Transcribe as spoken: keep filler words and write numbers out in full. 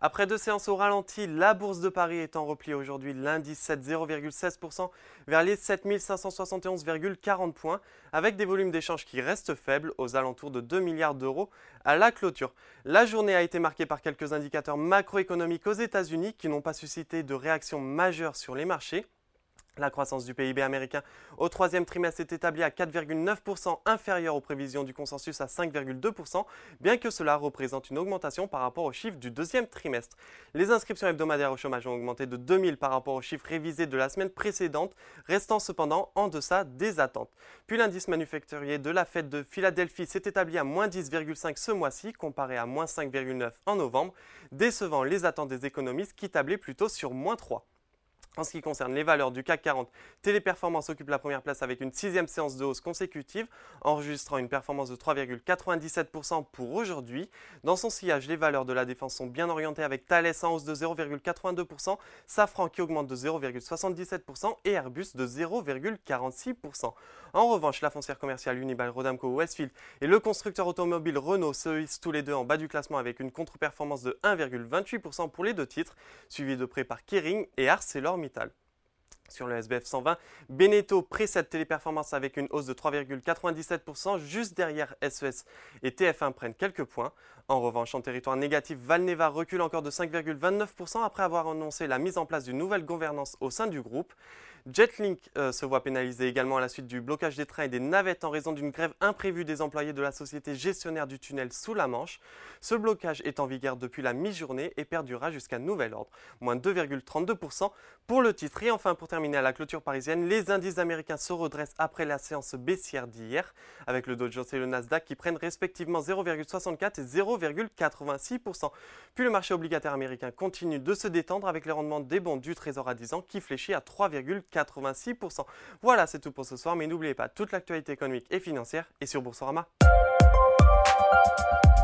Après deux séances au ralenti, la bourse de Paris est en repli aujourd'hui. L'indice cède zéro virgule seize pour cent vers les sept mille cinq cent soixante et onze virgule quarante points, avec des volumes d'échange qui restent faibles, aux alentours de deux milliards d'euros à la clôture. La journée a été marquée par quelques indicateurs macroéconomiques aux États-Unis qui n'ont pas suscité de réaction majeure sur les marchés. La croissance du P I B américain au troisième trimestre est établie à quatre virgule neuf pour cent, inférieure aux prévisions du consensus à cinq virgule deux pour cent, bien que cela représente une augmentation par rapport aux chiffres du deuxième trimestre. Les inscriptions hebdomadaires au chômage ont augmenté de deux mille par rapport aux chiffres révisés de la semaine précédente, restant cependant en deçà des attentes. Puis l'indice manufacturier de la Fed de Philadelphie s'est établi à moins dix virgule cinq ce mois-ci, comparé à moins cinq virgule neuf en novembre, décevant les attentes des économistes qui tablaient plutôt sur moins trois. En ce qui concerne les valeurs du C A C quarante, Téléperformance occupe la première place avec une sixième séance de hausse consécutive, enregistrant une performance de trois virgule quatre-vingt-dix-sept pour cent pour aujourd'hui. Dans son sillage, les valeurs de la défense sont bien orientées avec Thales en hausse de zéro virgule quatre-vingt-deux pour cent, Safran qui augmente de zéro virgule soixante-dix-sept pour cent et Airbus de zéro virgule quarante-six pour cent. En revanche, la foncière commerciale Unibail Rodamco Westfield et le constructeur automobile Renault se hissent tous les deux en bas du classement avec une contre-performance de un virgule vingt-huit pour cent pour les deux titres, suivis de près par Kering et ArcelorMittal. Sur le S B F cent vingt, Beneteau précède Téléperformance avec une hausse de trois virgule quatre-vingt-dix-sept pour cent, juste derrière S E S et T F un prennent quelques points. En revanche, en territoire négatif, Valneva recule encore de cinq virgule vingt-neuf pour cent après avoir annoncé la mise en place d'une nouvelle gouvernance au sein du groupe. Jetlink euh, se voit pénalisé également à la suite du blocage des trains et des navettes en raison d'une grève imprévue des employés de la société gestionnaire du tunnel sous la Manche. Ce blocage est en vigueur depuis la mi-journée et perdurera jusqu'à nouvel ordre, moins deux virgule trente-deux pour cent pour le titre. Et enfin, pour terminer à la clôture parisienne, les indices américains se redressent après la séance baissière d'hier, avec le Dow Jones et le Nasdaq qui prennent respectivement zéro virgule soixante-quatre et zéro virgule quatre-vingt-six pour cent. Puis le marché obligataire américain continue de se détendre avec les rendements des bons du Trésor à dix ans qui fléchit à trois virgule quatre-vingt-six pour cent. Voilà, c'est tout pour ce soir, mais n'oubliez pas, toute l'actualité économique et financière est sur Boursorama.